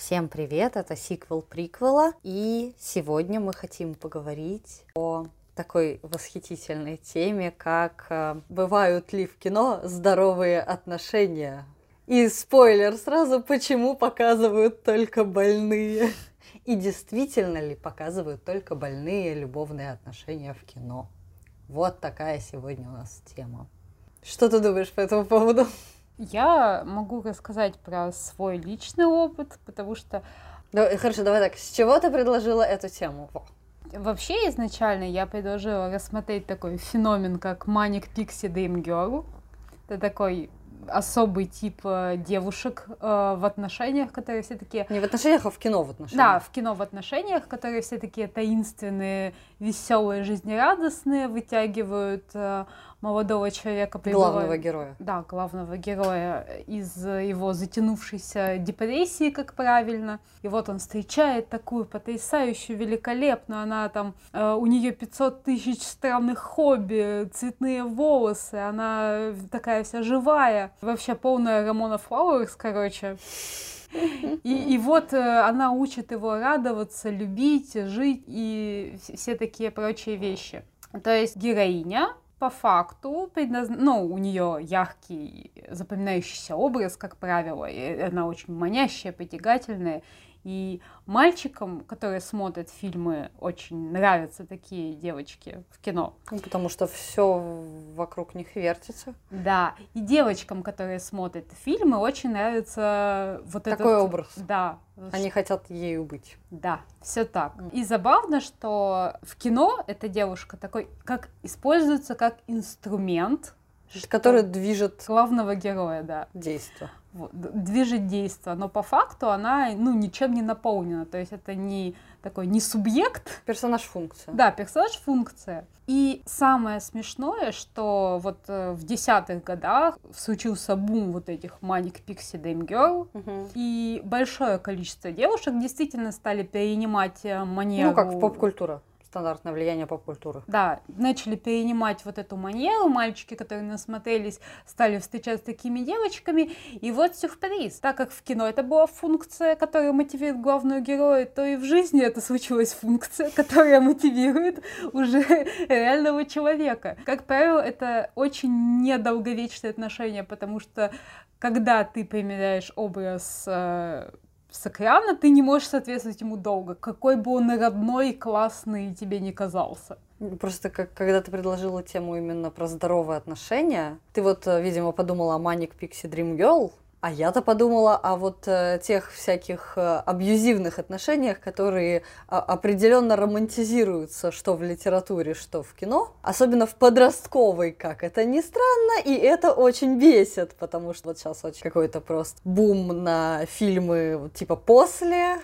Всем привет, это сиквел приквела, и сегодня мы хотим поговорить о такой восхитительной теме, как бывают ли в кино здоровые отношения. И спойлер сразу, почему показывают только больные. И действительно ли показывают только больные любовные отношения в кино? Вот такая сегодня у нас тема. Что ты думаешь по этому поводу? Я могу рассказать про свой личный опыт, потому что... Хорошо, давай так. С чего ты предложила эту тему? Вообще, изначально я предложила рассмотреть такой феномен, как Manic Pixie Dream Girl. Это такой особый тип девушек в отношениях, которые все такие... Не в отношениях, а в кино в отношениях. Да, в кино в отношениях, которые все такие таинственные, веселые, жизнерадостные, вытягивают молодого человека, главного героя. Да, главного героя из его затянувшейся депрессии, как правильно. И вот он встречает такую потрясающую, великолепную, она там, у нее 500 тысяч странных хобби, цветные волосы, она такая вся живая. Вообще полная Рамона Флауэрс, короче. И вот она учит его радоваться, любить, жить и все такие прочие вещи. То есть героиня по факту, у нее яркий, запоминающийся образ, как правило, и она очень манящая, притягательная. И мальчикам, которые смотрят фильмы, очень нравятся такие девочки в кино. Потому что все вокруг них вертится. Да, и девочкам, которые смотрят фильмы, очень нравится вот этот... Такой образ. Да. Они хотят ею быть. Да, все так. И забавно, что в кино эта девушка такой, как используется как инструмент, который движет главного героя, да. Действие. Движет действие, но по факту она, ничем не наполнена, то есть это не субъект. Персонаж-функция. Да, персонаж-функция. И самое смешное, что вот в 10-х годах случился бум вот этих Manic Pixie Dream Girl, и большое количество девушек действительно стали перенимать манеру... как в поп-культура. Стандартное влияние поп-культуры. Да, начали перенимать вот эту манеру, мальчики, которые насмотрелись, стали встречаться с такими девочками, и вот сюрприз. Так как в кино это была функция, которая мотивирует главную героя, то и в жизни это случилась функция, которая мотивирует уже реального человека. Как правило, это очень недолговечные отношения, потому что когда ты примеряешь образ с экрана, ты не можешь соответствовать ему долго, какой бы он родной, классный тебе не казался. Просто когда ты предложила тему именно про здоровые отношения, ты вот, видимо, подумала о Manic Pixie Dream Girl, а я-то подумала о вот тех всяких абьюзивных отношениях, которые определенно романтизируются, что в литературе, что в кино. Особенно в подростковой, как это ни странно, и это очень бесит, потому что вот сейчас очень какой-то просто бум на фильмы типа «После».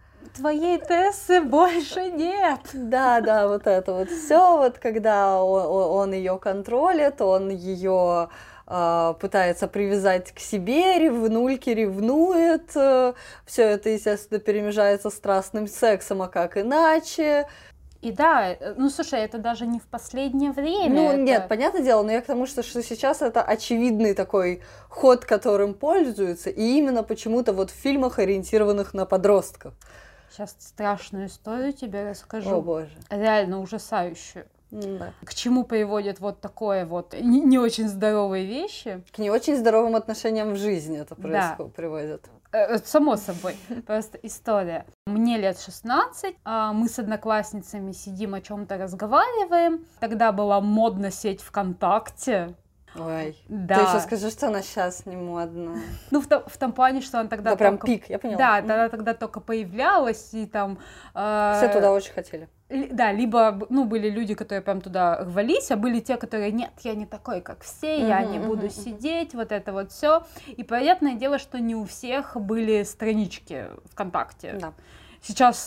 Твоей Тессы больше нет. Да, вот это вот все, вот когда он ее контролит, он ее пытается привязать к себе, ревнульки ревнует, все это, естественно, перемежается страстным сексом, а как иначе. И да, слушай, это даже не в последнее время. Нет, понятное дело, но я к тому, что сейчас это очевидный такой ход, которым пользуются, и именно почему-то вот в фильмах, ориентированных на подростков. Сейчас страшную историю тебе расскажу. О, боже. Реально ужасающую. Да. К чему приводят вот такое вот не очень здоровые вещи? К не очень здоровым отношениям в жизни это приводит. Само собой, просто история. Мне лет 16, мы с одноклассницами сидим о чем-то разговариваем. Тогда была модна сеть ВКонтакте. Ой, да. Ты еще скажи, что она сейчас не модна. В том плане, что она тогда... Да, прям пик, я поняла. Да, она тогда только появлялась, и там... Все туда очень хотели. Да, либо, были люди, которые прям туда рвались, а были те, которые, нет, я не такой, как все, я не буду сидеть, вот это вот все. И понятное дело, что не у всех были странички ВКонтакте. Да. Сейчас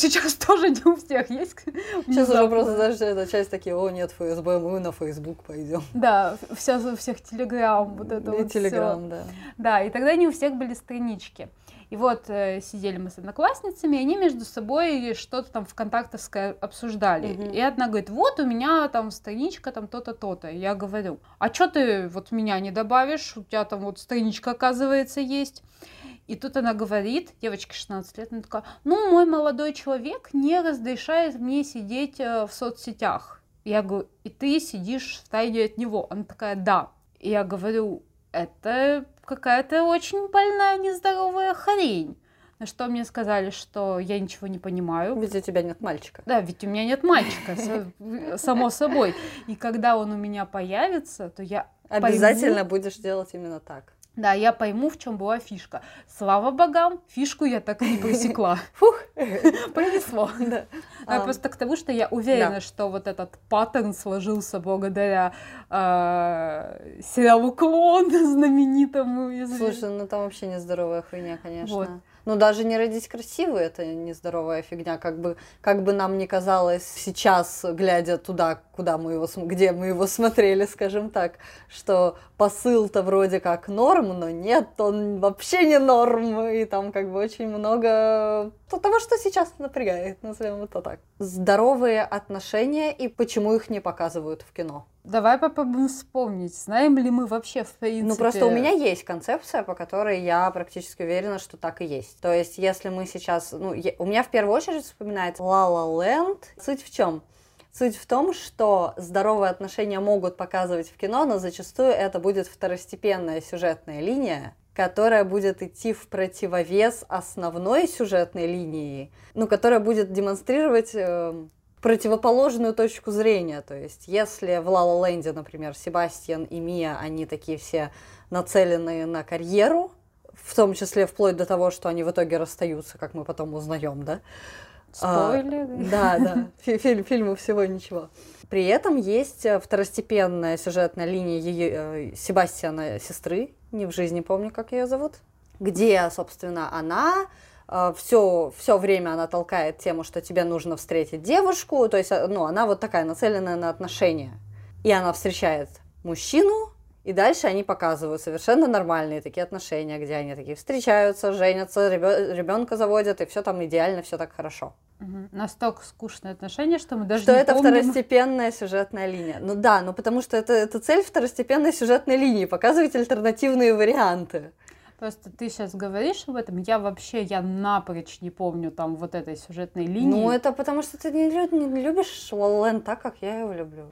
тоже не у всех есть. Сейчас уже просто даже эта часть такие, нет, ФСБ, мы на Фейсбук пойдем. Да, у всех Телеграм, вот это вот Телеграм, да. Да, и тогда не у всех были странички. И вот сидели мы с одноклассницами, и они между собой что-то там ВКонтактовское обсуждали. И одна говорит, вот у меня там страничка, там то-то, то-то. И я говорю, а что ты вот меня не добавишь? У тебя там вот страничка, оказывается, есть. И тут она говорит, девочке 16 лет, она такая, ну, мой молодой человек не разрешает мне сидеть в соцсетях. Я говорю, и ты сидишь втайне от него? Она такая, да. И я говорю, это какая-то очень больная, нездоровая хрень. На что мне сказали, что я ничего не понимаю. Ведь у тебя нет мальчика. Да, ведь у меня нет мальчика, само собой. И когда он у меня появится, то я обязательно будешь делать именно так. Да, я пойму, в чем была фишка. Слава богам, фишку я так и не просекла. Фух, пронесло. Просто к тому, что я уверена, что вот этот паттерн сложился благодаря сериалу «Клон» знаменитому. Слушай, ну там вообще нездоровая хуйня, конечно. Ну, даже не родить красивую, это нездоровая фигня. Как бы нам ни казалось сейчас, глядя туда, где мы его смотрели, скажем так, что посыл-то вроде как норм, но нет, он вообще не норм. И там как бы очень много того, что сейчас напрягает, назовем это так. Здоровые отношения и почему их не показывают в кино. Давай попробуем вспомнить, знаем ли мы вообще в принципе... Ну, просто у меня есть концепция, по которой я практически уверена, что так и есть. То есть, если мы сейчас... у меня в первую очередь вспоминается La La Land. Суть в чем? Суть в том, что здоровые отношения могут показывать в кино, но зачастую это будет второстепенная сюжетная линия, которая будет идти в противовес основной сюжетной линии, которая будет демонстрировать... противоположную точку зрения. То есть, если в «Ла Ла Ленде», например, Себастьян и Мия, они такие все нацеленные на карьеру, в том числе вплоть до того, что они в итоге расстаются, как мы потом узнаем, да? Спойлеры. Да. Фильму всего ничего. При этом есть второстепенная сюжетная линия Себастьяна сестры, не в жизни помню, как ее зовут, где, собственно, она... Все время она толкает тему, что тебе нужно встретить девушку, то есть, она вот такая нацеленная на отношения. И она встречает мужчину, и дальше они показывают совершенно нормальные такие отношения, где они такие встречаются, женятся, ребенка заводят, и все там идеально, все так хорошо. Настолько скучные отношения, что мы даже что не это помним... второстепенная сюжетная линия. Потому что это цель второстепенной сюжетной линии, показывать альтернативные варианты. Просто ты сейчас говоришь об этом, я напрочь не помню там вот этой сюжетной линии. Ну, это потому что ты не любишь La La Land так, как я его люблю.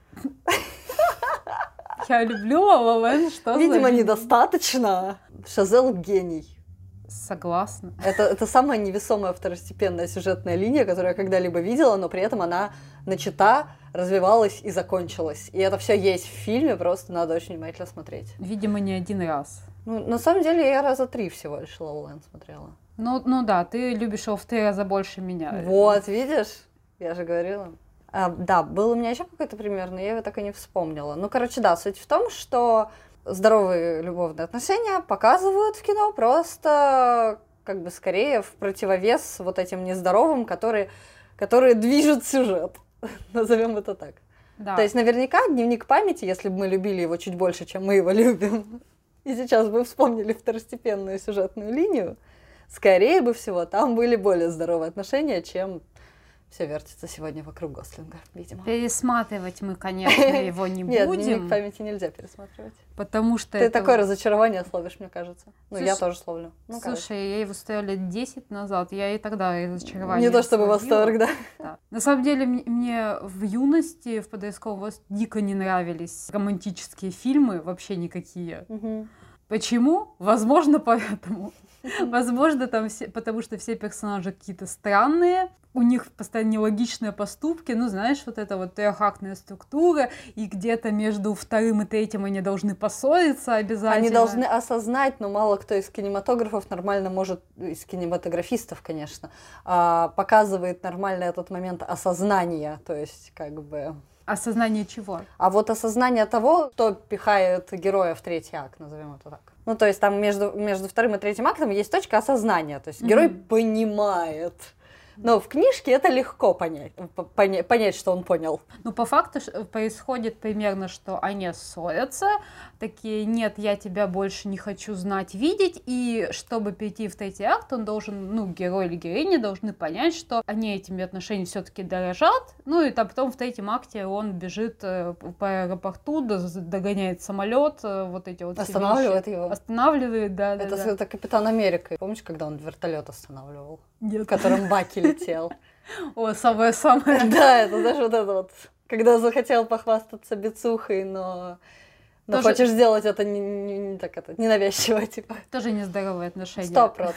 Я люблю La La Land, что Видимо, недостаточно. Шазел гений. Согласна. Это самая невесомая второстепенная сюжетная линия, которую я когда-либо видела, но при этом она начата, развивалась и закончилась. И это все есть в фильме, просто надо очень внимательно смотреть. Видимо, не один раз. На самом деле, я раза 3 всего лишь La La Land смотрела. Ну да, ты любишь его в 3 раза больше меня. Вот, видишь? Я же говорила. Да, был у меня еще какой-то пример, но я его так и не вспомнила. Суть в том, что здоровые любовные отношения показывают в кино просто как бы скорее в противовес вот этим нездоровым, которые движут сюжет. Назовем это так. Да. То есть наверняка «Дневник памяти», если бы мы любили его чуть больше, чем мы его любим, и сейчас бы вспомнили второстепенную сюжетную линию, скорее бы всего, там были более здоровые отношения, чем все вертится сегодня вокруг Гослинга, видимо. Пересматривать мы, конечно, его не будем. Нет, «Дневник памяти» нельзя пересматривать. Потому что ты такое разочарование словишь, мне кажется. Я тоже словлю. Слушай, я его стояла лет 10 назад, я и тогда разочарование не то чтобы восторг, да? На самом деле, мне в юности, в подростковом возрасте дико не нравились романтические фильмы, вообще никакие. Почему? Возможно, поэтому. Возможно, потому что все персонажи какие-то странные, у них постоянно нелогичные поступки, знаешь, вот эта вот трехактная структура, и где-то между 2-м и 3-м они должны поссориться обязательно. Они должны осознать, но мало кто из кинематографов нормально может, из кинематографистов, конечно, показывает нормально этот момент осознания, то есть как бы... Осознание чего? А вот осознание того, кто пихает героя в 3-й акт, назовем это так. То есть там между 2-м и 3-м актом есть точка осознания, то есть герой понимает, Но в книжке это легко понять, что он понял. Ну, по факту происходит примерно, что они ссорятся, такие: нет, я тебя больше не хочу знать, видеть, и чтобы перейти в третий акт, он должен, ну, герой или героиня должны понять, что они этими отношениями все-таки дорожат, ну, и потом в третьем акте он бежит по аэропорту, догоняет самолет, вот эти вот останавливает его. Останавливает, да. Это Капитан Америка. Помнишь, когда он вертолет останавливал? Нет. В котором Баки летел. О, самое-самое. Да, это даже вот это вот. Когда захотел похвастаться бицухой, но хочешь сделать это не так это ненавязчиво, типа. Тоже нездоровые отношения. 100%.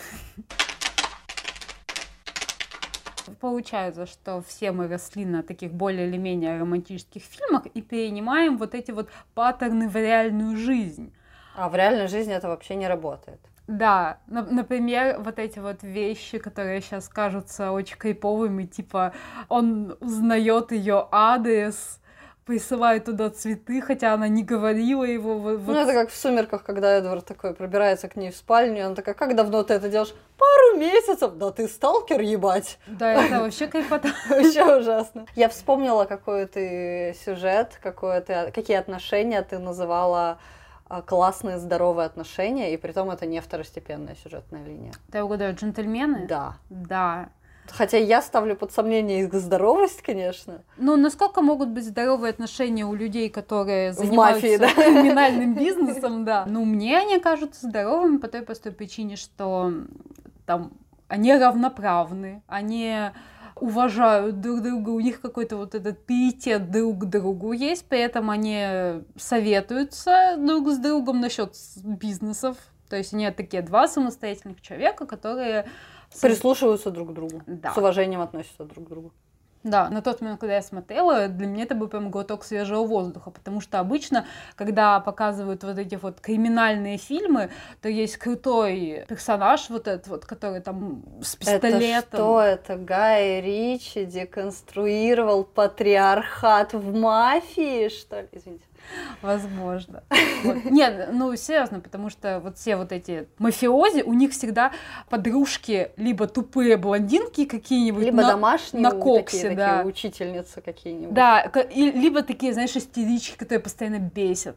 Получается, что все мы росли на таких более или менее романтических фильмах и перенимаем вот эти вот паттерны в реальную жизнь. А в реальной жизни это вообще не работает. Да, например, вот эти вот вещи, которые сейчас кажутся очень кайповыми, типа он узнает ее адрес, присылает туда цветы, хотя она не говорила его. Ну, это как в «Сумерках», когда Эдвард такой пробирается к ней в спальню, и она такая: как давно ты это делаешь? Пару месяцев. Да ты сталкер, ебать. Да, это вообще кайфота. Вообще ужасно. Я вспомнила, какой ты сюжет, какие отношения ты называла классные, здоровые отношения, и притом это не второстепенная сюжетная линия. Ты угадаю, «Джентльмены»? Да. Да. Хотя я ставлю под сомнение их здоровость, конечно. Ну, насколько могут быть здоровые отношения у людей, которые занимаются мафии, да? криминальным бизнесом, да. Ну, мне они кажутся здоровыми по той простой причине, что там они равноправны, они уважают друг друга, у них какой-то вот этот пиетет друг к другу есть, при этом они советуются друг с другом насчет бизнесов. То есть они такие два самостоятельных человека, которые прислушиваются друг к другу, да. С уважением относятся друг к другу. Да, на тот момент, когда я смотрела, для меня это был прям глоток свежего воздуха, потому что обычно, когда показывают вот эти вот криминальные фильмы, то есть крутой персонаж вот этот вот, который там с пистолетом. Это что? Это Гай Ричи деконструировал патриархат в мафии, что ли? Извините. Возможно. Вот. Нет, ну серьезно, потому что вот все вот эти мафиози, у них всегда подружки либо тупые блондинки какие-нибудь, либо домашние, на коксе, такие учительницы какие-нибудь. Да, либо такие, знаешь, истерички, которые постоянно бесят,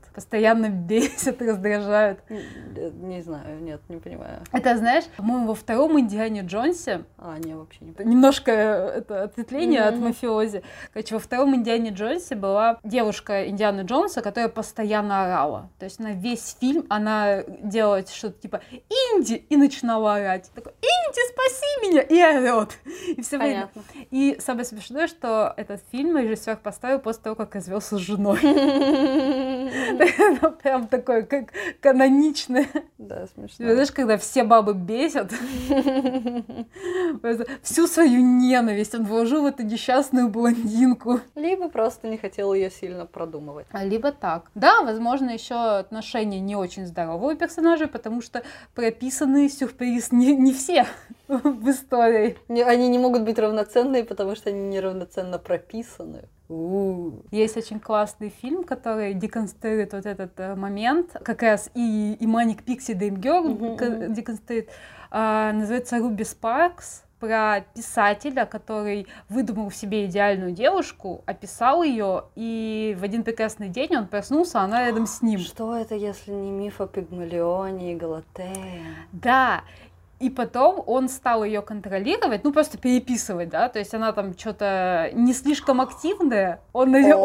раздражают. Не знаю, нет, не понимаю. Это, знаешь, по-моему, во втором «Индиане Джонсе». Не, вообще не понимаю. Немножко это ответвление от мафиози. Короче, во втором «Индиане Джонсе» была девушка Индианы Джонса, которая постоянно орала. То есть на весь фильм она делала что-то типа «Инди!» и начинала орать. Такой «Инди, спаси меня!» и орёт. И все время. И самое смешное, что этот фильм режиссер поставил после того, как развелся с женой. Это прям такое, как каноничное. Да, смешно. Знаешь, когда все бабы бесят, всю свою ненависть он вложил в эту несчастную блондинку. Либо просто не хотел ее сильно продумывать. Либо так. Да, возможно, еще отношения не очень здоровые у персонажей, потому что прописаны сюрприз не все в истории. Они не могут быть равноценные, потому что они неравноценно прописаны. Есть очень классный фильм, который деконструирует вот этот момент, как раз и Manic Pixie Dream Girl деконструирует, называется «Руби Спаркс», про писателя, который выдумал в себе идеальную девушку, описал ее, и в один прекрасный день он проснулся, а она рядом с ним. Что это, если не миф о Пигмалионе и Галатее? Да. И потом он стал ее контролировать, ну просто переписывать, да, то есть она там что-то не слишком активная, он ее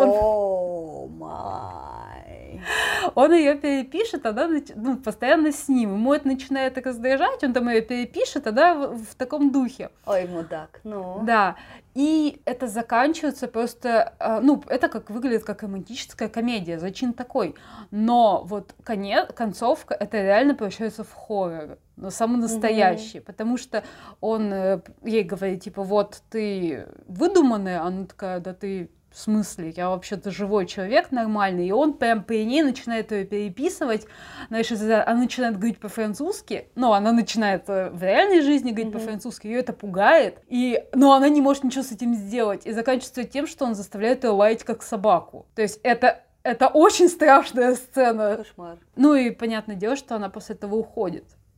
перепишет, она постоянно с ним, ему это начинает раздражать, он там ее перепишет, она в таком духе. Ой, мудак, ну. Да. И это заканчивается просто, это как выглядит как романтическая комедия, зачин такой. Но вот концовка, это реально превращается в хоррор, но самый настоящий, потому что он ей говорит, типа, вот ты выдуманная, она такая, да ты... В смысле? Я вообще-то живой человек нормальный. И он прям при ней начинает ее переписывать. Знаешь, она начинает говорить по-французски. Но она начинает в реальной жизни говорить по-французски. Ее это пугает. Но она не может ничего с этим сделать. И заканчивается тем, что он заставляет ее лаять как собаку. То есть это очень страшная сцена. Кошмар. Ну и понятное дело, что она после этого уходит.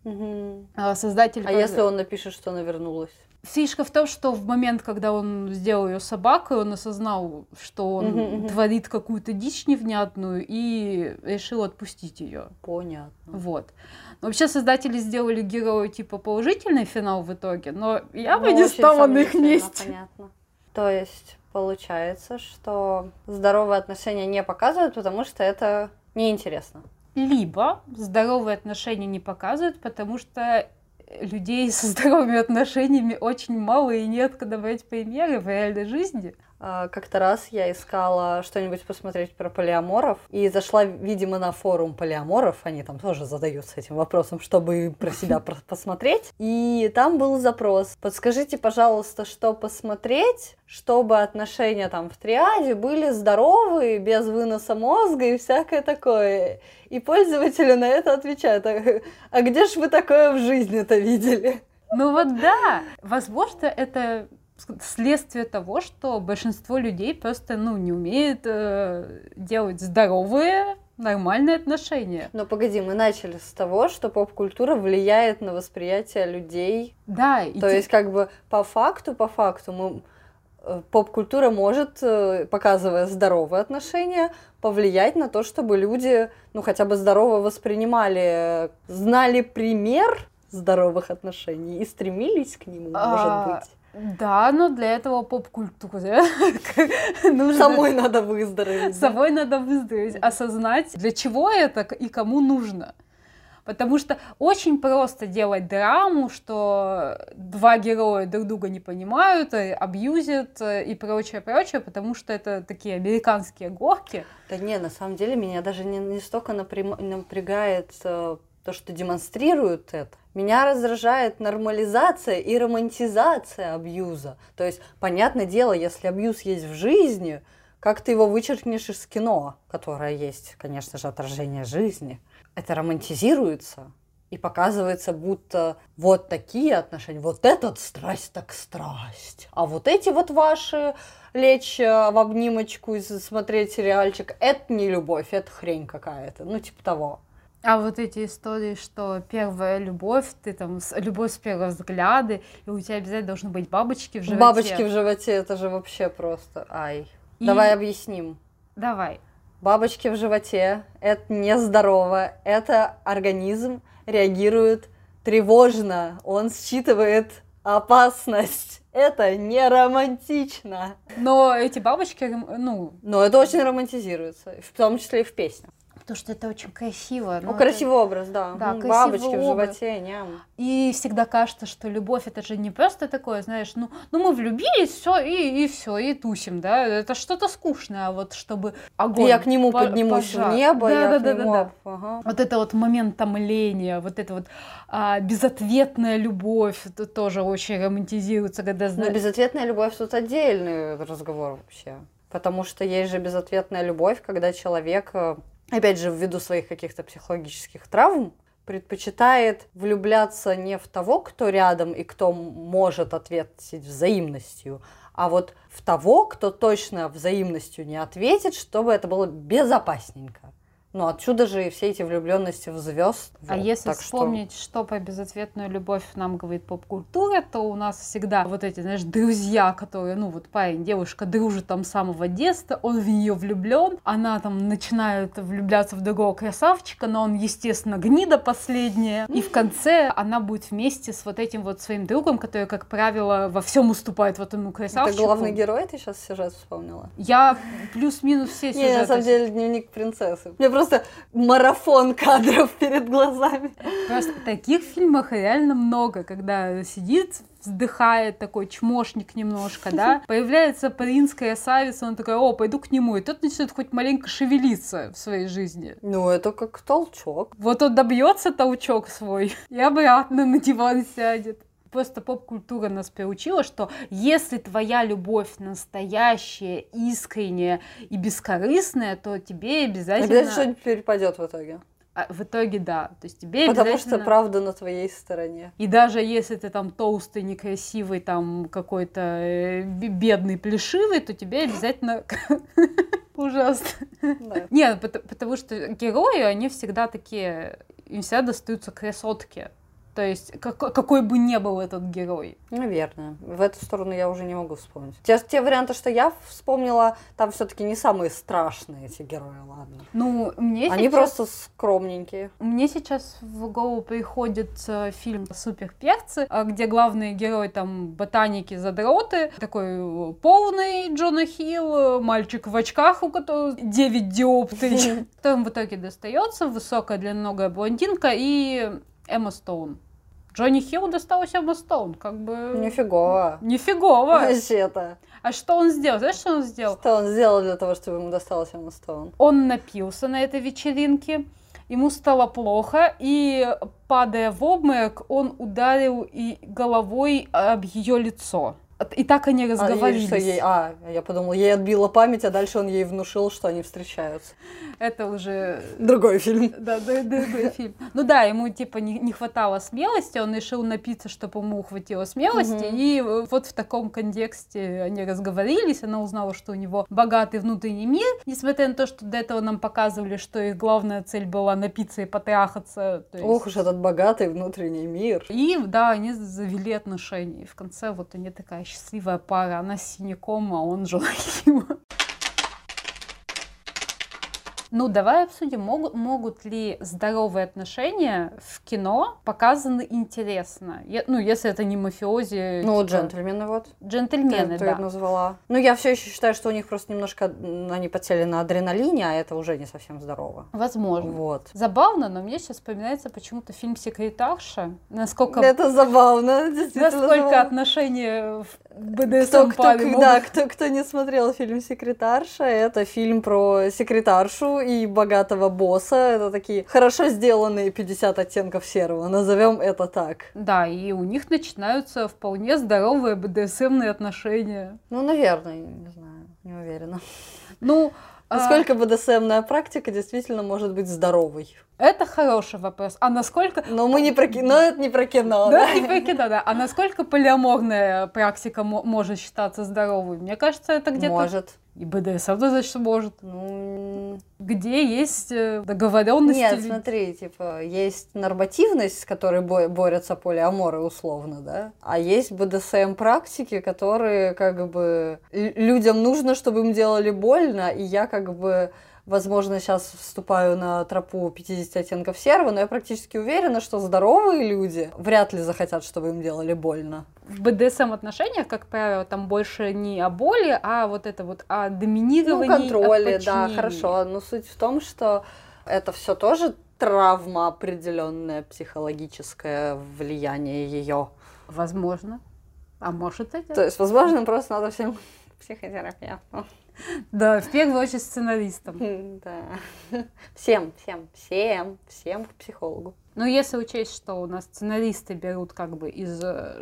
Создатель... А если он напишет, что она вернулась? Фишка в том, что в момент, когда он сделал ее собакой, он осознал, что он творит какую-то дичь невнятную и решил отпустить ее. Понятно. Вот. Вообще создатели сделали герою типа положительный финал в итоге, но я бы не стала на их месте. Понятно. То есть получается, что здоровые отношения не показывают, потому что это неинтересно. Либо здоровые отношения не показывают, потому что людей со здоровыми отношениями очень мало и неоткуда брать примеры в реальной жизни. Как-то раз я искала что-нибудь посмотреть про полиаморов и зашла, видимо, на форум полиаморов. Они там тоже задаются этим вопросом, чтобы про себя посмотреть. И там был запрос: подскажите, пожалуйста, что посмотреть, чтобы отношения там в триаде были здоровые, без выноса мозга и всякое такое. И пользователи на это отвечают: а где ж вы такое в жизни-то видели? Ну вот да, возможно, это следствие того, что большинство людей просто, не умеет делать здоровые, нормальные отношения. Но погоди, мы начали с того, что поп-культура влияет на восприятие людей. Да. То есть как бы по факту поп-культура может, показывая здоровые отношения, повлиять на то, чтобы люди, хотя бы здорово воспринимали, знали пример здоровых отношений и стремились к нему, может быть. Да, но для этого поп-культуре нужно... Самой надо выздороветь. Самой надо выздороветь, осознать, для чего это и кому нужно. Потому что очень просто делать драму, что два героя друг друга не понимают, абьюзят и прочее, потому что это такие американские горки. Да не, на самом деле меня даже не столько напрягает то, что демонстрируют это. Меня раздражает нормализация и романтизация абьюза. То есть, понятное дело, если абьюз есть в жизни, как ты его вычеркнешь из кино, которое есть, конечно же, отражение жизни. Это романтизируется и показывается, будто вот такие отношения, вот этот страсть так страсть, а вот эти вот ваши лечь в обнимочку и смотреть сериальчик, это не любовь, это хрень какая-то, типа того. А вот эти истории, что первая любовь, ты там, любовь с первого взгляда, и у тебя обязательно должны быть бабочки в животе. Бабочки в животе, это же вообще просто, Давай объясним. Давай. Бабочки в животе – это нездорово, это организм реагирует тревожно, он считывает опасность. Это не романтично. Но эти бабочки, Но это очень романтизируется, в том числе и в песнях. Потому что это очень красиво. Красивый образ, да. Бабочки в животе, ням. И всегда кажется, что любовь это же не просто такое, знаешь, мы влюбились, все и все, и тусим, да. Это что-то скучное, а вот чтобы огонь. Я к нему поднимусь в небо, да. Ага. Вот это вот момент томления, вот это вот безответная любовь, это тоже очень романтизируется, когда Но безответная любовь тут отдельный разговор вообще. Потому что есть же безответная любовь, когда человек, опять же, ввиду своих каких-то психологических травм, предпочитает влюбляться не в того, кто рядом и кто может ответить взаимностью, а вот в того, кто точно взаимностью не ответит, чтобы это было безопасненько. Отсюда же и все эти влюбленности в звезд. А если вспомнить, что про безответную любовь нам говорит поп-культура, то у нас всегда вот эти, знаешь, друзья, которые, парень, девушка дружит там с самого детства, он в нее влюблен, она там начинает влюбляться в другого красавчика, но он, естественно, гнида последняя, и в конце она будет вместе с вот этим вот своим другом, который, как правило, во всем уступает вот этому красавчику. Это главный герой, ты сейчас сюжет вспомнила? Я плюс-минус все сюжеты. Не, на самом деле, дневник принцессы. Мне просто марафон кадров перед глазами. Просто таких фильмов реально много, когда сидит, вздыхает, такой чмошник немножко, да, появляется принц, красавица, он такой: пойду к нему, и тот начинает хоть маленько шевелиться в своей жизни. Это как толчок. Вот он добьется толчок свой и обратно на диван сядет. Просто поп-культура нас приучила, что если твоя любовь настоящая, искренняя и бескорыстная, то тебе обязательно что-нибудь перепадет в итоге. В итоге да. То есть тебе Потому что правда на твоей стороне. И даже если ты там толстый, некрасивый, там какой-то бедный, плешивый, то тебе обязательно... Ужасно. Нет, потому что герои, они всегда такие... Им всегда достаются красотки. То есть, какой бы ни был этот герой. Наверное. В эту сторону я уже не могу вспомнить. Те варианты, что я вспомнила, там все-таки не самые страшные эти герои, ладно. Ну, Они просто скромненькие. Мне сейчас в голову приходит фильм «Суперперцы», где главный герой там ботаники-задроты, такой полный Джона Хилл, мальчик в очках, у которого 9 диоптрий. Которым в итоге достается высокая длинноногая блондинка и Эмма Стоун. Джонни Хиллу досталась Эмма Стоун, как бы... Нифигово. Нифигово. Вообще-то. А что он сделал? Знаешь, что он сделал? Что он сделал для того, чтобы ему досталась Эмма Стоун? Он напился на этой вечеринке, ему стало плохо, и, падая в обморок, он ударил и головой об ее лицо. И так они разговорились. Я подумала, ей отбила память, а дальше он ей внушил, что они встречаются. Это уже... Другой фильм. Да, другой фильм. Ну да, ему типа не хватало смелости, он решил напиться, чтобы ему хватило смелости, и вот в таком контексте они разговорились, она узнала, что у него богатый внутренний мир, несмотря на то, что до этого нам показывали, что их главная цель была напиться и потрахаться. То есть... Ох уж этот богатый внутренний мир. И да, они завели отношения, и в конце вот они такая счастливая пара, она с синяком, а он Джона Хилл. Ну, давай обсудим, могут ли здоровые отношения в кино показаны интересно? Если это не мафиози. Ну, типа... джентльмены вот. Джентльмены, ты назвала. Ну, я все еще считаю, что у них просто немножко они подсели на адреналине, а это уже не совсем здорово. Возможно. Вот. Забавно, но мне сейчас вспоминается почему-то фильм «Секретарша». Насколько... Это забавно, действительно. Насколько забавно. Отношения в БДСМ пали. Кто не смотрел фильм «Секретарша», это фильм про секретаршу и богатого босса. Это такие хорошо сделанные 50 оттенков серого, назовем это так. Да, и у них начинаются вполне здоровые БДСМные отношения. Ну, наверное, не знаю, не уверена. Ну, насколько БДСМная практика действительно может быть здоровой? Это хороший вопрос. А насколько... Но мы не про кино, но это не про кино. Да, не про кино, да. А насколько полиаморная практика может считаться здоровой? Мне кажется, это где-то... Может. И БДСМ, значит, может. Ну... Где есть договоренности? Нет, смотри, типа, есть нормативность, с которой борются полиаморы условно, да? А есть БДСМ-практики, которые, как бы, людям нужно, чтобы им делали больно, и я, как бы... Возможно, сейчас вступаю на тропу 50 оттенков серого, но я практически уверена, что здоровые люди вряд ли захотят, чтобы им делали больно. В БДСМ-отношениях, как правило, там больше не о боли, а вот это вот о доминировании, контроле, о подчинении. Да, хорошо. Но суть в том, что это все тоже травма определенная, психологическое влияние ее. Возможно. А может это? То есть, возможно, просто надо всем психотерапевтам. Да, в первую очередь сценаристам. Да. Всем к психологу. Но если учесть, что у нас сценаристы берут как бы из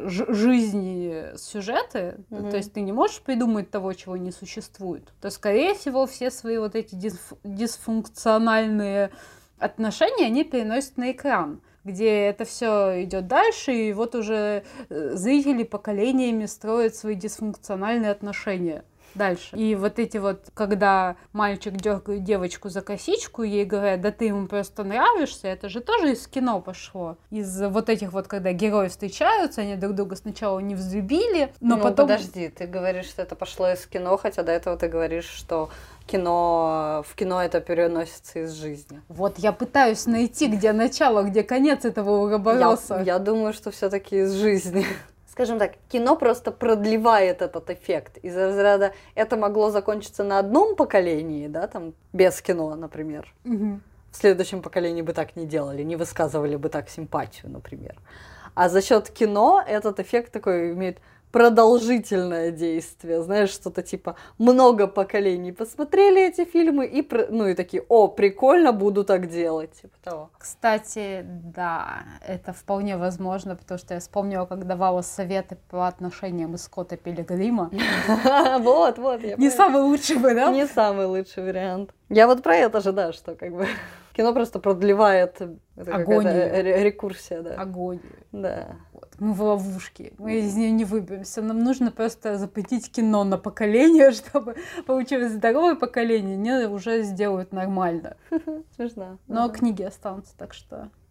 жизни сюжеты, то есть ты не можешь придумать того, чего не существует, то, скорее всего, все свои вот эти дисфункциональные отношения они переносят на экран, где это все идет дальше, и вот уже зрители поколениями строят свои дисфункциональные отношения. Дальше. И вот эти вот, когда мальчик дергает девочку за косичку, ей говорят, да ты ему просто нравишься, это же тоже из кино пошло. Из вот этих вот, когда герои встречаются, они друг друга сначала не взлюбили, но потом... подожди, ты говоришь, что это пошло из кино, хотя до этого ты говоришь, что в кино это переносится из жизни. Вот я пытаюсь найти, где начало, где конец этого уробороса. Я думаю, что все-таки из жизни. Скажем так, кино просто продлевает этот эффект. Из разряда это могло закончиться на одном поколении, да, там, без кино, например. Угу. В следующем поколении бы так не делали, не высказывали бы так симпатию, например. А за счет кино этот эффект такой имеет продолжительное действие, знаешь, что-то типа много поколений посмотрели эти фильмы и такие, о, прикольно, буду так делать, типа того. Кстати, да, это вполне возможно, потому что я вспомнила, как давала советы по отношениям из Скотта Пилигрима. Вот, не самый лучший вариант. Не самый лучший вариант. Я вот про это же, да, что как бы кино просто продлевает агонию. Рекурсия, да. Агонию. Да. Мы в ловушке, мы из нее не выберемся. Нам нужно просто запретить кино на поколение, чтобы получилось здоровое поколение, они уже сделают нормально. Смешно. Но книги останутся, так что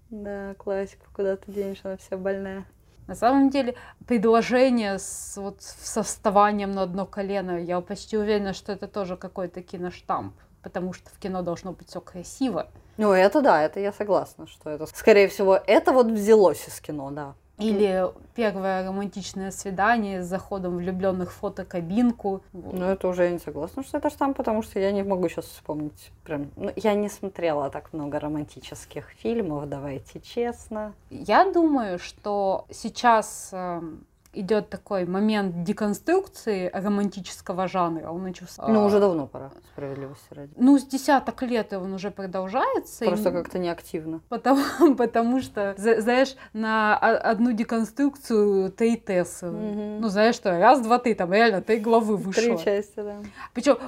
Да, классика, куда ты денешь, она вся больная. На самом деле, предложение со вставанием на одно колено, я почти уверена, что это тоже какой-то киноштамп, потому что в кино должно быть все красиво. Ну, это да, это я согласна, что это, скорее всего, это вот взялось из кино, да. Или первое романтичное свидание с заходом влюбленных в фотокабинку. Ну, это уже я не согласна, что это штамп, потому что я не могу сейчас вспомнить прям... Ну, я не смотрела так много романтических фильмов, давайте честно. Я думаю, что сейчас идет такой момент деконструкции романтического жанра. Он начался... Ну, уже давно пора, справедливости ради. Ну, с десяток лет он уже продолжается. Просто как-то неактивно. Потому что, знаешь, на одну деконструкцию 3 тессы. Ну, знаешь, что, раз, два, три, там реально 3 главы вышло. 3 части, да. Причем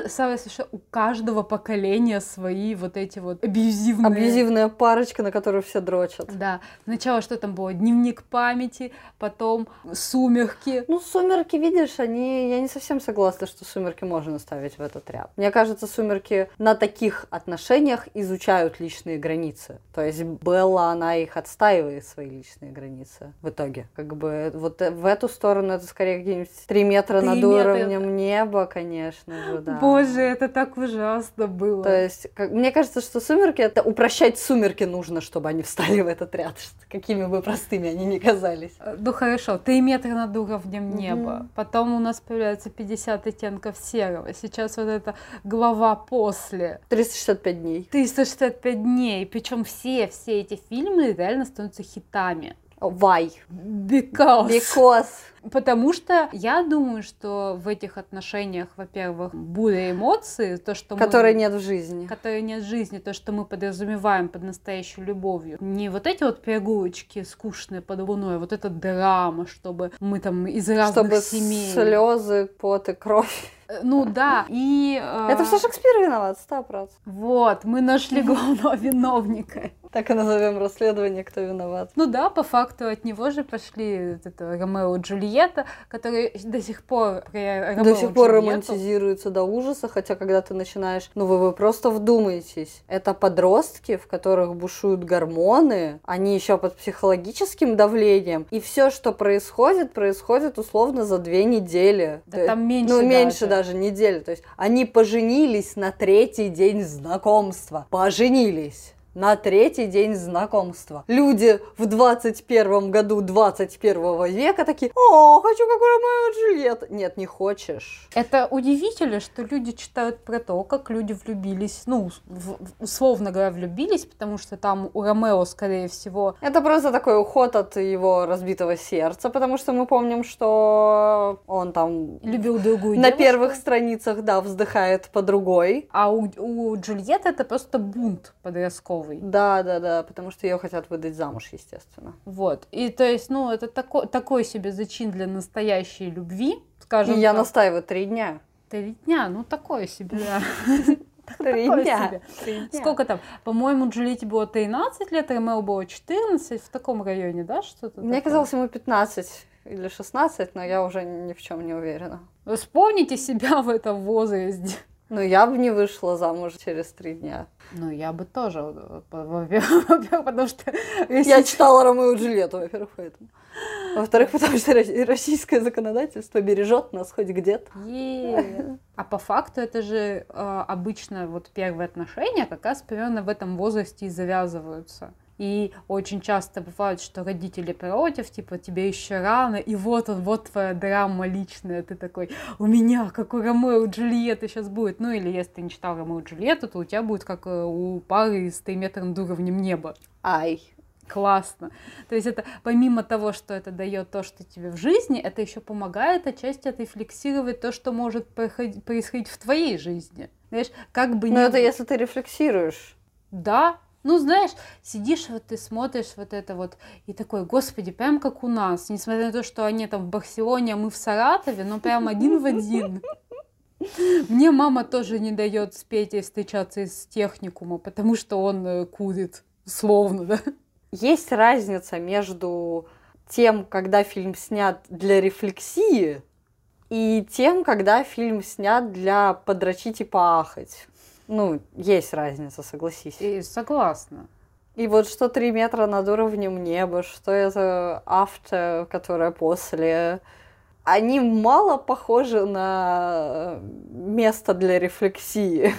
у каждого поколения свои вот эти вот абьюзивные... Абьюзивная парочка, на которую все дрочат. Да. Сначала что там было? Дневник памяти, потом Сумерки. Ну, Сумерки, видишь, я не совсем согласна, что Сумерки можно ставить в этот ряд. Мне кажется, Сумерки на таких отношениях изучают личные границы. То есть Белла, она их отстаивает, свои личные границы в итоге. Как бы вот в эту сторону это скорее где-нибудь 3 метра над уровнем неба, конечно же, да. Боже, это так ужасно было. То есть, мне кажется, что Сумерки, это упрощать Сумерки нужно, чтобы они встали в этот ряд, какими бы простыми они ни казались. Ну хорошо, 3 метра над уровнем неба. Потом у нас появляется 50 оттенков серого. Сейчас вот эта глава после. 365 дней. 365 дней. Причем все эти фильмы реально становятся хитами. Why? Because. Потому что я думаю, что в этих отношениях, во-первых, буря эмоций, то, что которой нет в жизни. Которой нет в жизни, то, что мы подразумеваем под настоящей любовью. Не вот эти вот прогулочки скучные под луной, а вот эта драма, чтобы мы там из разных семей. Чтобы слезы, пот и кровь. Ну да, и... Это все Шекспир виноват, 100%. Вот, мы нашли главного виновника. Так и назовем расследование, кто виноват. Ну да, по факту от него же пошли вот это Ромео и Джульетта, которые до сих пор романтизируются до ужаса, хотя когда ты начинаешь, вы просто вдумайтесь, это подростки, в которых бушуют гормоны, они еще под психологическим давлением, и все, что происходит условно за 2 недели. Да там меньше меньше даже недели. То есть они поженились на 3-й день знакомства. Поженились. На 3-й день знакомства. Люди в 21 году 21 века такие: о, хочу как у Ромео и Джульетта. Нет, не хочешь. Это удивительно, что люди читают про то, как люди влюбились, условно говоря, влюбились, потому что там у Ромео, скорее всего... Это просто такой уход от его разбитого сердца, потому что мы помним, что он там... любил другую на девушку. Первых страницах, да, вздыхает по другой. А у Джульетты это просто бунт подростковый. Да, потому что ее хотят выдать замуж, естественно. Вот. И то есть, это такой себе зачин для настоящей любви, скажем. И я настаиваю 3 дня. 3 дня, такое себе, да. 3 дня. Сколько там? По-моему, Джульетте было 13 лет, Ромео было 14, в таком районе, да, что-то? Мне казалось, ему 15 или 16, но я уже ни в чем не уверена. Вы вспомните себя в этом возрасте. Я бы не вышла замуж через 3 дня. Я бы тоже, во-первых, потому что... Я читала Ромео и Джульетту, во-первых, поэтому. Во-вторых, потому что российское законодательство бережет нас хоть где-то. А по факту это же обычно первые отношения как раз примерно в этом возрасте и завязываются. И очень часто бывает, что родители против, типа, тебе еще рано, и вот твоя драма личная, ты такой: у меня, как у Ромео и Джульетты сейчас будет. Или если ты не читал Ромео и Джульетту, то у тебя будет как у пары с 3 метра над уровнем неба. Ай. Классно. То есть это помимо того, что это дает то, что тебе в жизни, это еще помогает отчасти отрефлексировать то, что может происходить в твоей жизни. Знаешь, как бы... это если ты рефлексируешь. Да. Знаешь, сидишь, ты смотришь это и такой: господи, прям как у нас. Несмотря на то, что они там в Барселоне, а мы в Саратове, но прям один в один. Мне мама тоже не дает с Петей встречаться из техникума, потому что он курит, условно, да. Есть разница между тем, когда фильм снят для рефлексии, и тем, когда фильм снят для подрочить и поахать. Есть разница, согласись. И согласна. И вот что 3 метра над уровнем неба, что это after, которое после. Они мало похожи на место для рефлексии.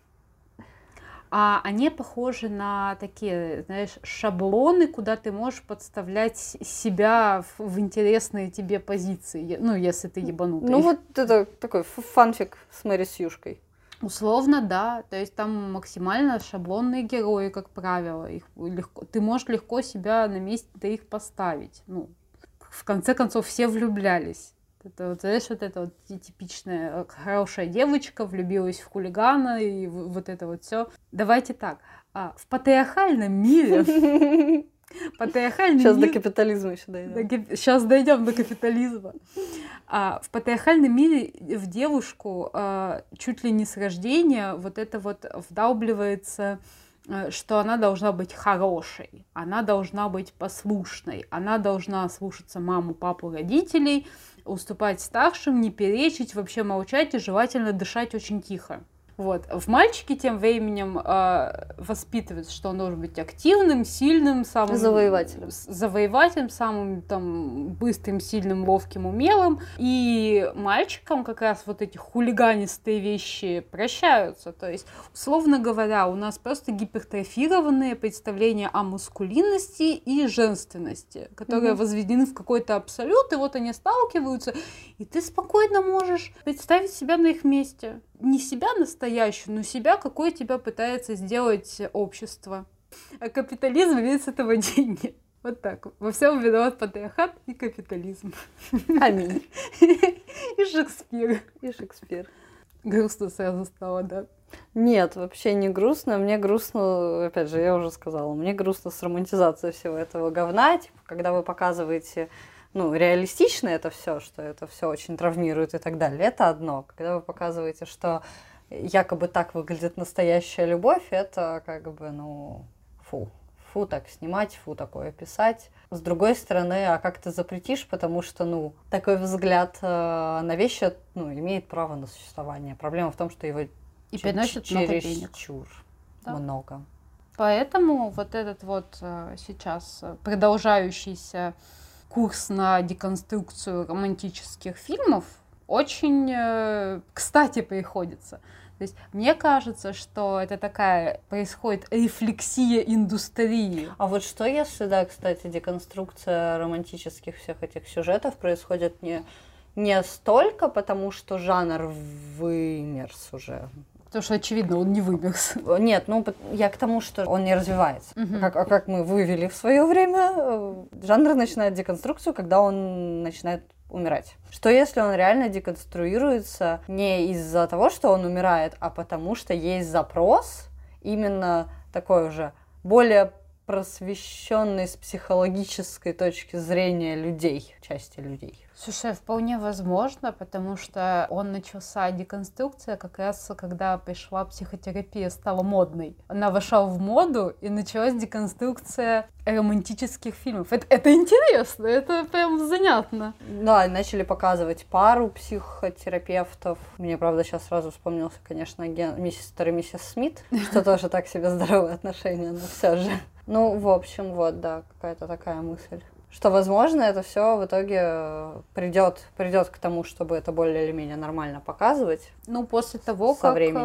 А они похожи на такие, знаешь, шаблоны, куда ты можешь подставлять себя в интересные тебе позиции, ну, если ты ебанутый. Ну, вот это такой фанфик с Мэри Сьюшкой. Условно, да. То есть там максимально шаблонные герои, как правило. Их легко, ты можешь легко себя на месте их поставить. Ну, в конце концов, все влюблялись. Это вот, знаешь, вот это вот типичная хорошая девочка влюбилась в хулигана и вот это вот все. Давайте так. В патриархальном мире... Сейчас до капитализма еще дойдем. Сейчас дойдем до капитализма. В патриархальном мире в девушку чуть ли не с рождения вот это вот вдалбливается, что она должна быть хорошей, она должна быть послушной, она должна слушаться маму, папу, родителей, уступать старшим, не перечить, вообще молчать и желательно дышать очень тихо. Вот. В мальчике тем временем воспитывается, что он должен быть активным, сильным, самым завоевателем, самым там быстрым, сильным, ловким, умелым. И мальчикам как раз вот эти хулиганистые вещи прощаются. То есть, условно говоря, у нас просто гипертрофированные представления о маскулинности и женственности, которые возведены в какой-то абсолют, и вот они сталкиваются, и ты спокойно можешь представить себя на их месте. Не себя настоящую, но себя, какой тебя пытается сделать общество. А капитализм имеет с этого деньги. Вот так. Во всем виноват патриархат и капитализм. Аминь. И Шекспир. И Шекспир. Грустно сразу стало, да? Нет, вообще не грустно. Мне грустно, опять же, я уже сказала, мне грустно с романтизацией всего этого говна. Типа, когда вы показываете... Ну, реалистично это все, что это все очень травмирует и так далее. Это одно. Когда вы показываете, что якобы так выглядит настоящая любовь, это как бы, ну, фу. Фу так снимать, фу такое писать. С другой стороны, а как ты запретишь, потому что, ну, такой взгляд на вещи, ну, имеет право на существование. Проблема в том, что его и приносит чересчур много. Поэтому вот этот вот сейчас продолжающийся курс на деконструкцию романтических фильмов очень кстати приходится. То есть мне кажется, что это такая происходит рефлексия индустрии. А вот что если, да, кстати, деконструкция романтических всех этих сюжетов происходит не столько потому, что жанр вымерз уже. Потому что, очевидно, он не вымерз. Нет, ну, я к тому, что он не развивается. Как мы вывели в свое время, жанр начинает деконструкцию, когда он начинает умирать. Что если он реально деконструируется не из-за того, что он умирает, а потому что есть запрос именно такой уже более просвещенный с психологической точки зрения людей, части людей. Слушай, вполне возможно, потому что начался деконструкция как раз, когда пришла психотерапия, стала модной. Она вошла в моду, и началась деконструкция романтических фильмов. Это интересно, это прям занятно. Да, начали показывать пару психотерапевтов. Мне, правда, сейчас сразу вспомнился, конечно, мистер и миссис Смит, что тоже так себе здоровые отношения, но все же. Ну, в общем, вот, да, какая-то такая мысль. Что, возможно, это все в итоге придет к тому, чтобы это более или менее нормально показывать. Ну, после того,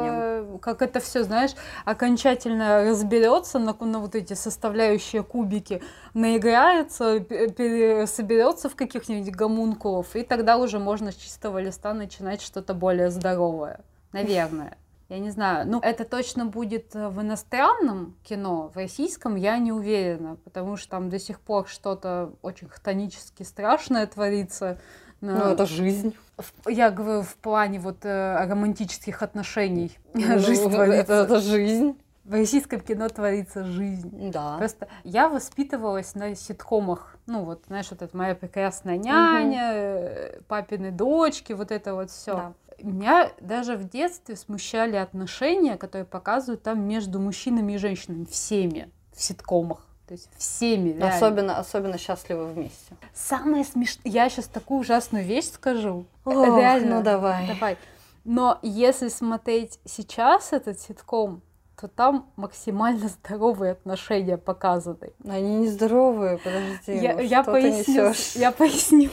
как это все, знаешь, окончательно разберется на вот эти составляющие кубики, наиграется, соберется в каких-нибудь гомункулов, и тогда уже можно с чистого листа начинать что-то более здоровое. Наверное. Я не знаю, ну это точно будет в иностранном кино, в российском я не уверена, потому что там до сих пор что-то очень хтонически страшное творится. Ну это жизнь. Я говорю в плане вот романтических отношений. Жизнь творится. Это жизнь. В российском кино творится жизнь. Да. Просто я воспитывалась на ситкомах. Ну вот, знаешь, вот это «Моя прекрасная няня», «Папины дочки», вот это вот все. Да. Меня даже в детстве смущали отношения, которые показывают там между мужчинами и женщинами. Всеми в ситкомах. То есть всеми, реально. Особенно счастливы вместе. Самое смешное... Я сейчас такую ужасную вещь скажу. Реально. Ну давай. Но если смотреть сейчас этот ситком, то там максимально здоровые отношения показаны. Они нездоровые, подожди, Я что ты поясню. несёшь? Я поясню.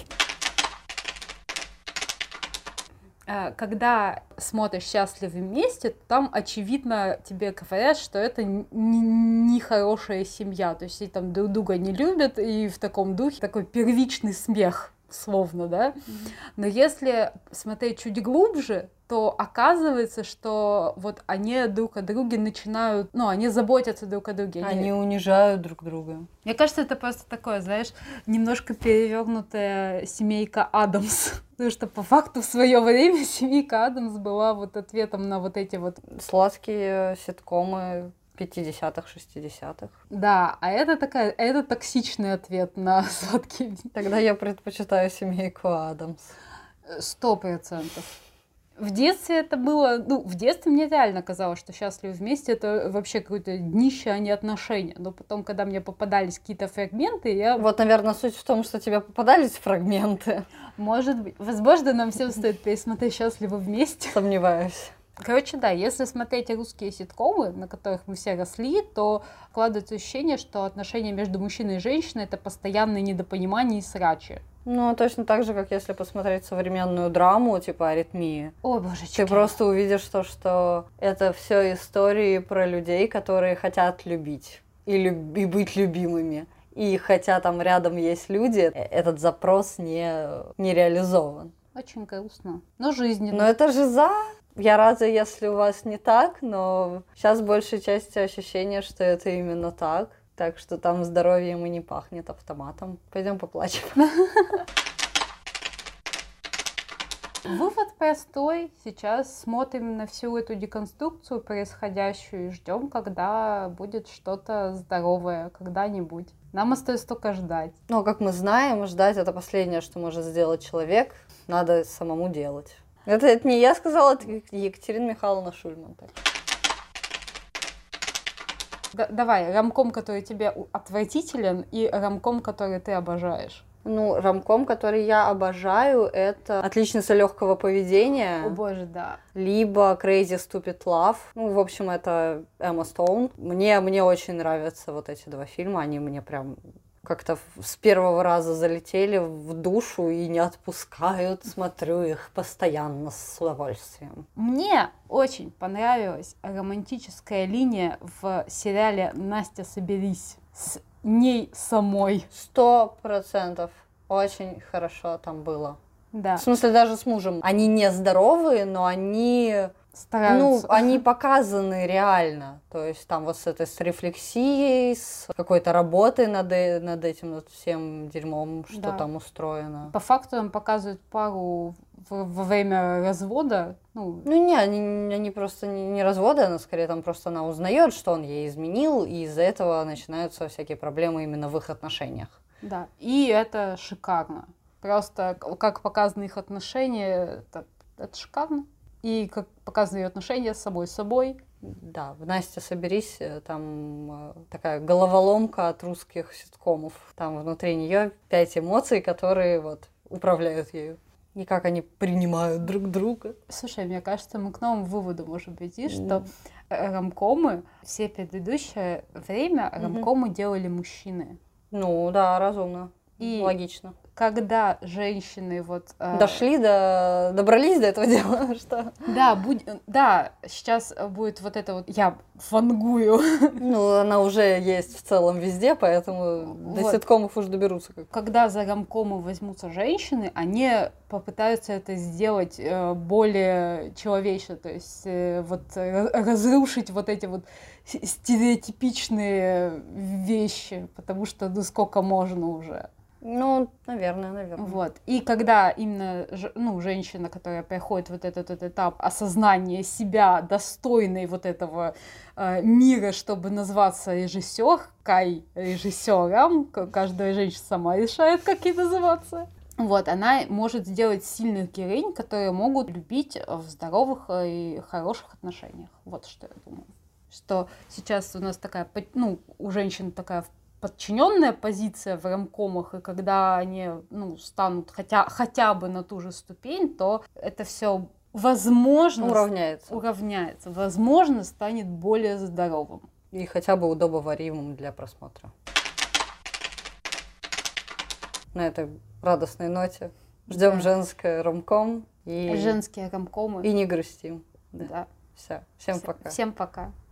Когда смотришь «Счастливы вместе», то там, очевидно, тебе говорят, что это не хорошая семья. То есть они там друг друга не любят, и в таком духе такой первичный смех, словно, да? Но если смотреть чуть глубже, то оказывается, что вот они друг о друге начинают... Ну, они заботятся друг о друге. Они унижают друг друга. Мне кажется, это просто такое, знаешь, немножко перевернутая семейка Адамс. Потому что по факту в свое время семейка Адамс была вот ответом на вот эти вот... Сладкие ситкомы 50-х, 60-х. Да, а это токсичный ответ на сладкие... Тогда я предпочитаю семейку Адамс. 100%. В детстве это было... Ну, в детстве мне реально казалось, что «Счастливы вместе» — это вообще какое-то днище, а не отношения. Но потом, когда мне попадались какие-то фрагменты, я... Вот, наверное, суть в том, что тебе попадались фрагменты. Может быть. Возможно, нам всем стоит пересмотреть «Счастливы вместе». Сомневаюсь. Короче, да, если смотреть русские ситкомы, на которых мы все росли, то складывается ощущение, что отношения между мужчиной и женщиной — это постоянное недопонимание и срачи. Ну, точно так же, как если посмотреть современную драму, типа «Аритмии». О, божечки. Ты просто увидишь то, что это все истории про людей, которые хотят любить и быть любимыми. И хотя там рядом есть люди, этот запрос не реализован. Очень грустно. Но жизненно. Но это же Я рада, если у вас не так, но сейчас большей части ощущение, что это именно так. Так что там здоровьем и не пахнет автоматом. Пойдем поплачем. Вывод простой. Сейчас смотрим на всю эту деконструкцию происходящую и ждем, когда будет что-то здоровое когда-нибудь. Нам остается только ждать. Но, как мы знаем, ждать — это последнее, что может сделать человек. Надо самому делать. Это не я сказала, это Екатерина Михайловна Шульман. Так. Давай, ромком, который тебе отвратителен, и ромком, который ты обожаешь. Ну, ромком, который я обожаю, это «Отличница легкого поведения». О боже, да. Либо «Crazy Stupid Love». Ну, в общем, это Эмма Стоун. Мне очень нравятся вот эти два фильма. Они мне прям как-то с первого раза залетели в душу и не отпускают. Смотрю их постоянно с удовольствием. Мне очень понравилась романтическая линия в сериале «Настя, соберись» с ней самой. 100%. Очень хорошо там было. Да. В смысле, даже с мужем. Они не здоровые, но они... Стараются. Ну, они показаны реально. То есть там вот с рефлексией, с какой-то работой над этим вот всем дерьмом, что там устроено. По факту им показывают пару во время развода. Ну не, они просто не разводы, но скорее там просто она узнает, что он ей изменил, и из-за этого начинаются всякие проблемы именно в их отношениях. Да, и это шикарно. Просто как показаны их отношения, это шикарно. И как показаны ее отношения с собой. Да, в «Настя, соберись» там такая головоломка от русских ситкомов. Там внутри нее 5 эмоций, которые вот управляют ею. И как они принимают друг друга. Слушай, мне кажется, мы к новому выводу можем прийти, что ромкомы все предыдущее время ромкомы делали мужчины. Ну да, разумно. И логично. Когда женщины вот... добрались до этого дела, что? Да, сейчас будет вот это вот... Я фангую. Ну, она уже есть в целом везде, поэтому до ситкомов уже доберутся. Когда за ромкомы возьмутся женщины, они попытаются это сделать более человечно, то есть вот разрушить вот эти вот стереотипичные вещи, потому что ну сколько можно уже. Ну, наверное. Вот. И когда именно женщина, которая проходит вот этот этап осознания себя достойной вот этого мира, чтобы назваться режиссером, каждая женщина сама решает, как ей называться. Вот, она может сделать сильных героинь, которые могут любить в здоровых и хороших отношениях. Вот что я думаю. Что сейчас у нас такая, у женщин такая подчиненная позиция в ромкомах, и когда они станут хотя бы на ту же ступень, то это все возможно, уравняется. Возможно, станет более здоровым. И хотя бы удобоваримым для просмотра. На этой радостной ноте ждем женское ромком. Женские ромкомы. И не грустим. Да. Все. Всем пока. Всем пока.